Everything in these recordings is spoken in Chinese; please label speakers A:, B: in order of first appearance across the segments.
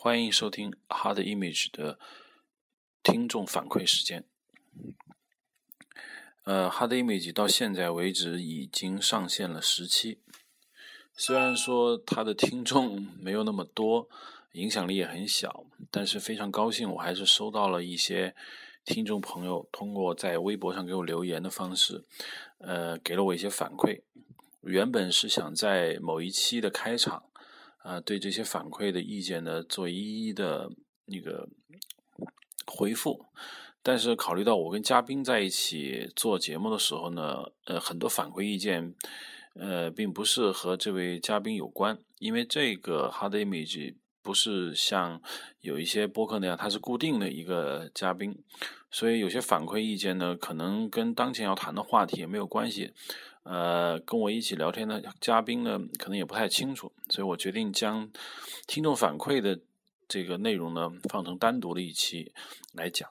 A: 欢迎收听 Hard Image 的听众反馈时间。Hard Image 到现在为止已经上线了10期，虽然说它的听众没有那么多，影响力也很小，但是非常高兴，我还是收到了一些听众朋友通过在微博上给我留言的方式，给了我一些反馈。原本是想在某一期的开场，对这些反馈的意见呢做一一的那个回复，但是考虑到我跟嘉宾在一起做节目的时候呢，很多反馈意见，并不是和这位嘉宾有关，因为这个 Hard Image 不是像有一些播客那样，它是固定的一个嘉宾，所以有些反馈意见呢，可能跟当前要谈的话题也没有关系。跟我一起聊天的嘉宾呢，可能也不太清楚，所以我决定将听众反馈的这个内容呢，放成单独的一期来讲。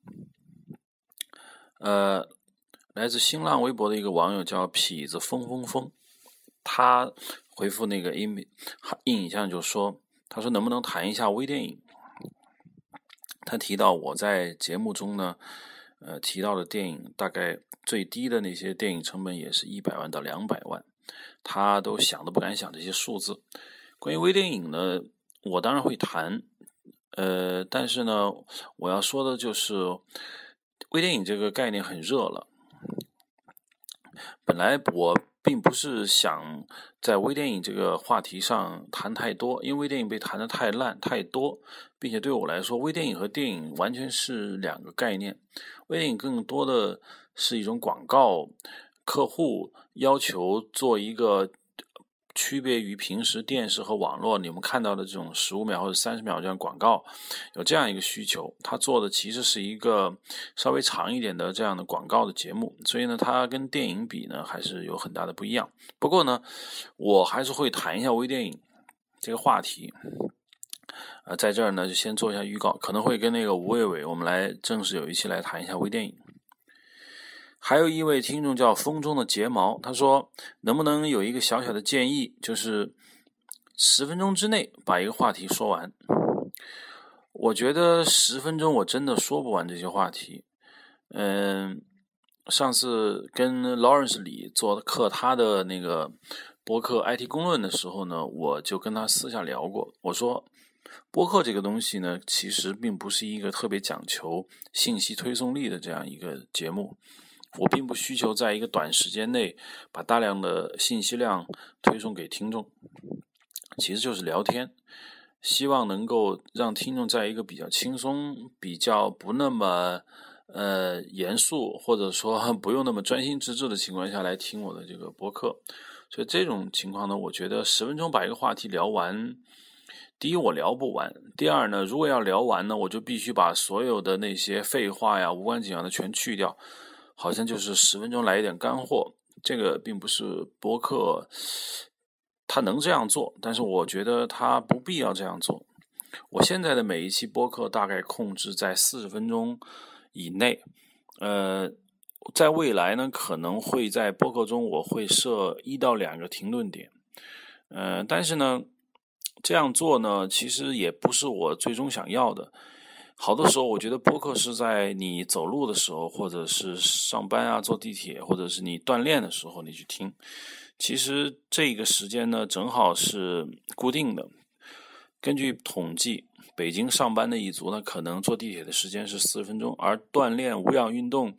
A: 来自新浪微博的一个网友叫痞子风，他回复那个印象就说，他说能不能谈一下微电影？他提到我在节目中呢，提到的电影大概最低的那些电影成本也是100万到200万，他都想都不敢想这些数字。关于微电影呢，我当然会谈，但是呢，我要说的就是微电影这个概念很热了。本来我并不是想在微电影这个话题上谈太多，因为微电影被谈得太烂太多，并且对我来说，微电影和电影完全是两个概念。微电影更多的是一种广告，客户要求做一个区别于平时电视和网络你们看到的这种15秒或者30秒这样广告，有这样一个需求，他做的其实是一个稍微长一点的这样的广告的节目，所以呢，它跟电影比呢还是有很大的不一样。不过呢，我还是会谈一下微电影这个话题。在这儿呢就先做一下预告，可能会跟那个吴伟伟我们来正式有一期来谈一下微电影。还有一位听众叫风中的睫毛，他说能不能有一个小小的建议，就是10分钟之内把一个话题说完。我觉得10分钟我真的说不完这些话题。上次跟 Lawrence 李做客他的那个播客 IT 公论的时候呢，我就跟他私下聊过，我说播客这个东西呢，其实并不是一个特别讲求信息推送力的这样一个节目，我并不需求在一个短时间内把大量的信息量推送给听众，其实就是聊天，希望能够让听众在一个比较轻松、比较不那么严肃，或者说不用那么专心致志的情况下来听我的这个播客。所以这种情况呢，我觉得10分钟把一个话题聊完，第一我聊不完，第二呢，如果要聊完呢，我就必须把所有的那些废话呀、无关紧要的全去掉，好像就是10分钟来一点干货。这个并不是播客他能这样做，但是我觉得他不必要这样做。我现在的每一期播客大概控制在40分钟以内，在未来呢，可能会在播客中我会设1到2个停顿点，但是呢，这样做呢，其实也不是我最终想要的。好多时候我觉得播客是在你走路的时候，或者是上班啊、坐地铁，或者是你锻炼的时候你去听，其实这个时间呢正好是固定的。根据统计，北京上班的一族呢，可能坐地铁的时间是40分钟，而锻炼无氧运动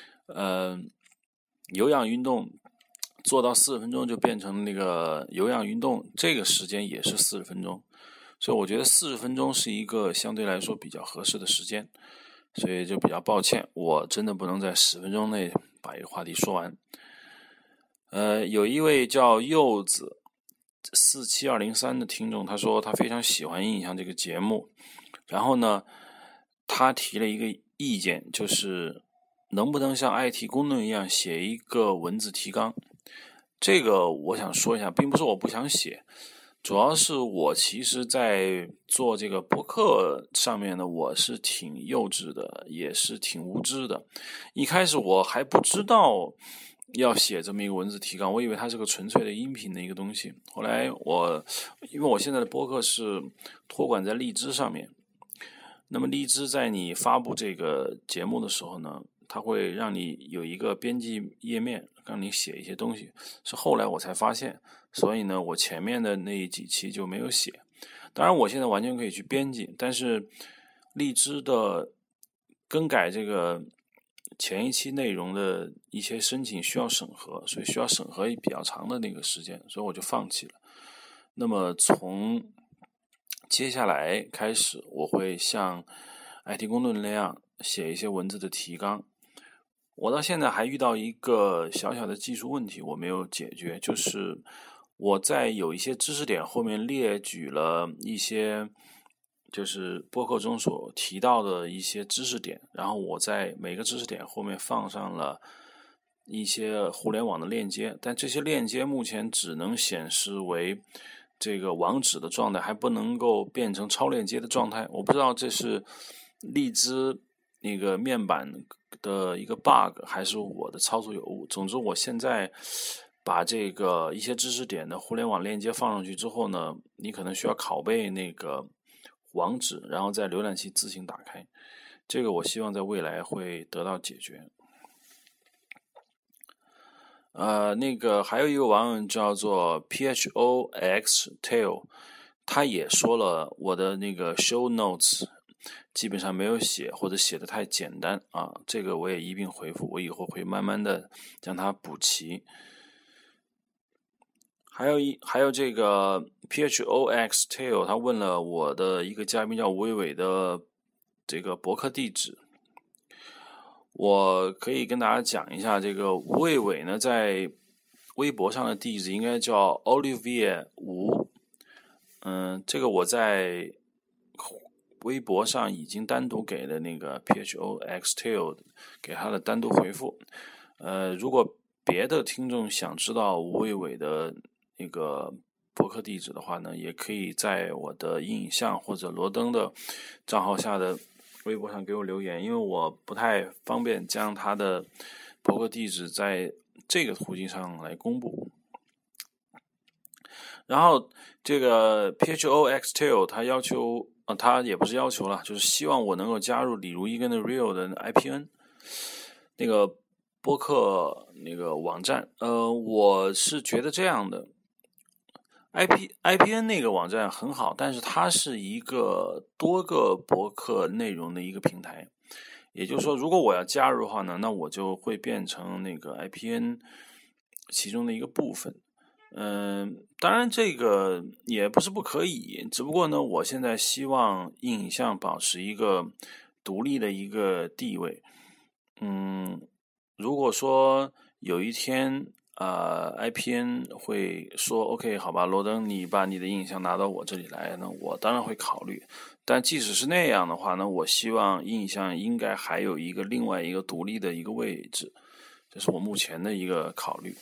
A: 有氧运动做到40分钟就变成那个有氧运动，这个时间也是40分钟。所以我觉得40分钟是一个相对来说比较合适的时间，所以就比较抱歉，我真的不能在10分钟内把一个话题说完。有一位叫柚子47203的听众，他说他非常喜欢印象这个节目，然后呢，他提了一个意见，就是能不能像IT公论一样写一个文字提纲。这个我想说一下，并不是我不想写，主要是我其实在做这个播客上面呢，我是挺幼稚的，也是挺无知的。一开始我还不知道要写这么一个文字提纲，我以为它是个纯粹的音频的一个东西。后来因为我现在的播客是托管在荔枝上面，那么荔枝在你发布这个节目的时候呢，它会让你有一个编辑页面，让你写一些东西，是后来我才发现，所以呢，我前面的那几期就没有写。当然，我现在完全可以去编辑，但是荔枝的更改这个前一期内容的一些申请需要审核，所以需要审核比较长的那个时间，所以我就放弃了。那么从接下来开始，我会像 IT 公论那样写一些文字的提纲。我到现在还遇到一个小小的技术问题我没有解决，就是我在有一些知识点后面列举了一些就是播客中所提到的一些知识点，然后我在每个知识点后面放上了一些互联网的链接，但这些链接目前只能显示为这个网址的状态，还不能够变成超链接的状态。我不知道这是荔枝那个面板的一个 bug 还是我的操作有误。总之我现在把这个一些知识点的互联网链接放上去之后呢，你可能需要拷贝那个网址，然后在浏览器自行打开。这个我希望在未来会得到解决。那个还有一个网友叫做 PHOXTail， 他也说了我的那个 show notes 基本上没有写，或者写的太简单啊，这个我也一并回复，我以后会慢慢的将它补齐。还有这个 PHOXTail， 他问了我的一个嘉宾叫吴伟伟的这个博客地址。我可以跟大家讲一下，这个吴伟伟呢，在微博上的地址应该叫 Olivier 吴。这个我在微博上已经单独给了那个 PHOXTail 给他的单独回复。如果别的听众想知道吴伟伟的那个博客地址的话呢，也可以在我的影像或者罗登的账号下的微博上给我留言，因为我不太方便将他的博客地址在这个途径上来公布。然后这个 PHOXTail 他要求他也不是要求了，就是希望我能够加入李如一跟的 Real 的 IPN 那个播客那个网站。我是觉得这样的， IPN 那个网站很好，但是它是一个多个博客内容的一个平台，也就是说如果我要加入的话呢，那我就会变成那个 IPN 其中的一个部分。当然这个也不是不可以，只不过呢，我现在希望影像保持一个独立的一个地位。如果说有一天IPN 会说 OK 好吧，罗登你把你的印象拿到我这里来呢，我当然会考虑。但即使是那样的话呢，我希望印象应该还有另外一个独立的一个位置，这是我目前的一个考虑。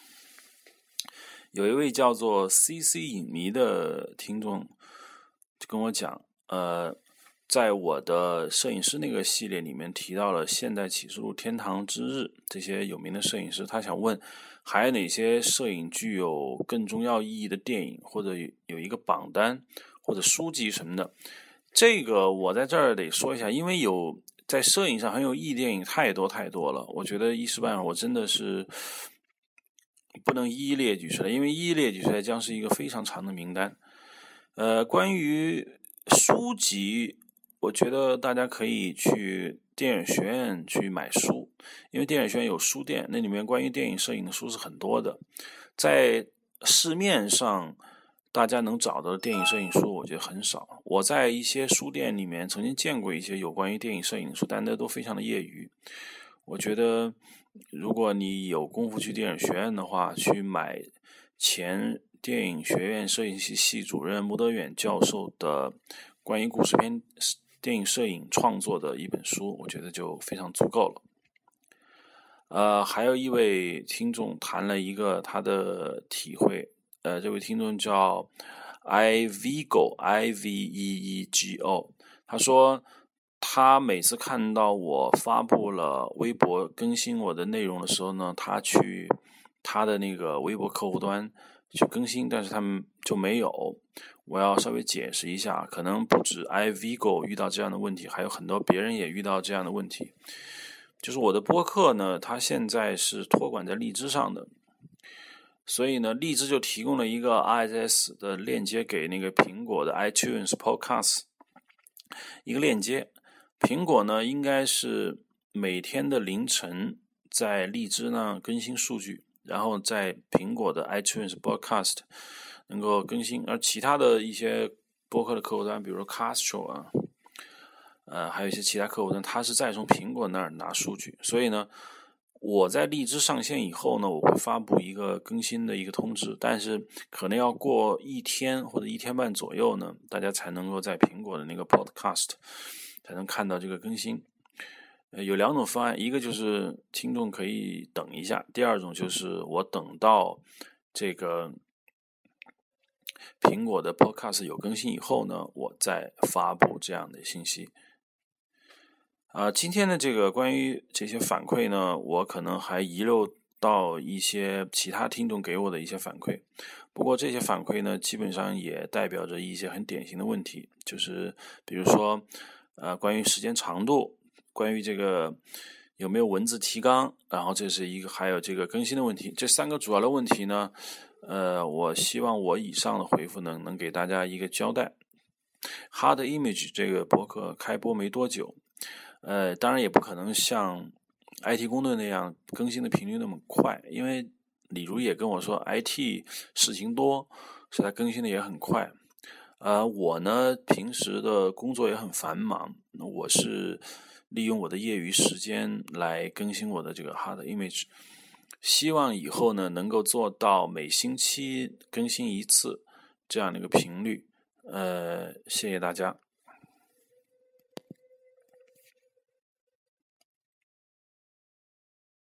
A: 有一位叫做 CC 影迷的听众就跟我讲，在我的摄影师那个系列里面提到了现代启示录、天堂之日这些有名的摄影师，他想问还有哪些摄影具有更重要意义的电影，或者有一个榜单或者书籍什么的。这个我在这儿得说一下，因为在摄影上很有意义电影太多了，我觉得一时半会儿我真的是不能一一列举出来，因为一一列举出来将是一个非常长的名单。关于书籍，我觉得大家可以去电影学院去买书，因为电影学院有书店，那里面关于电影摄影的书是很多的。在市面上大家能找到的电影摄影书我觉得很少，我在一些书店里面曾经见过一些有关于电影摄影的书，但那都非常的业余。我觉得如果你有功夫去电影学院的话，去买前电影学院摄影系系主任穆德远教授的关于故事片电影摄影创作的一本书，我觉得就非常足够了。还有一位听众谈了一个他的体会，这位听众叫 Iveego， 他说他每次看到我发布了微博更新我的内容的时候呢，他去他的那个微博客户端去更新，但是他们就没有。我要稍微解释一下，可能不止 iVigo 遇到这样的问题，还有很多别人也遇到这样的问题。就是我的播客呢，它现在是托管在荔枝上的，所以呢，荔枝就提供了一个 RSS 的链接给那个苹果的 iTunes Podcast 一个链接。苹果呢，应该是每天的凌晨在荔枝呢更新数据，然后在苹果的 iTunes Podcast 能够更新，而其他的一些播客的客户端，比如说 Castro 啊，还有一些其他客户端，它是再从苹果那儿拿数据。所以呢，我在荔枝上线以后呢，我会发布一个更新的一个通知，但是可能要过1天或者1天半左右呢，大家才能够在苹果的那个 Podcast 才能看到这个更新。有2种方案，一个就是听众可以等一下，第二种就是我等到这个苹果的 Podcast 有更新以后呢，我再发布这样的信息。今天的这个关于这些反馈呢，我可能还遗漏到一些其他听众给我的一些反馈。不过这些反馈呢，基本上也代表着一些很典型的问题，就是比如说关于时间长度，关于这个有没有文字提纲，然后这是一个，还有这个更新的问题。这3个主要的问题呢，我希望我以上的回复能给大家一个交代。Hard Image 这个博客开播没多久，当然也不可能像 IT 公论那样更新的频率那么快，因为李如也跟我说 IT 事情多，所以他更新的也很快。我呢平时的工作也很繁忙，我是利用我的业余时间来更新我的这个 Hard Image， 希望以后呢能够做到每星期更新1次这样的一个频率。谢谢大家。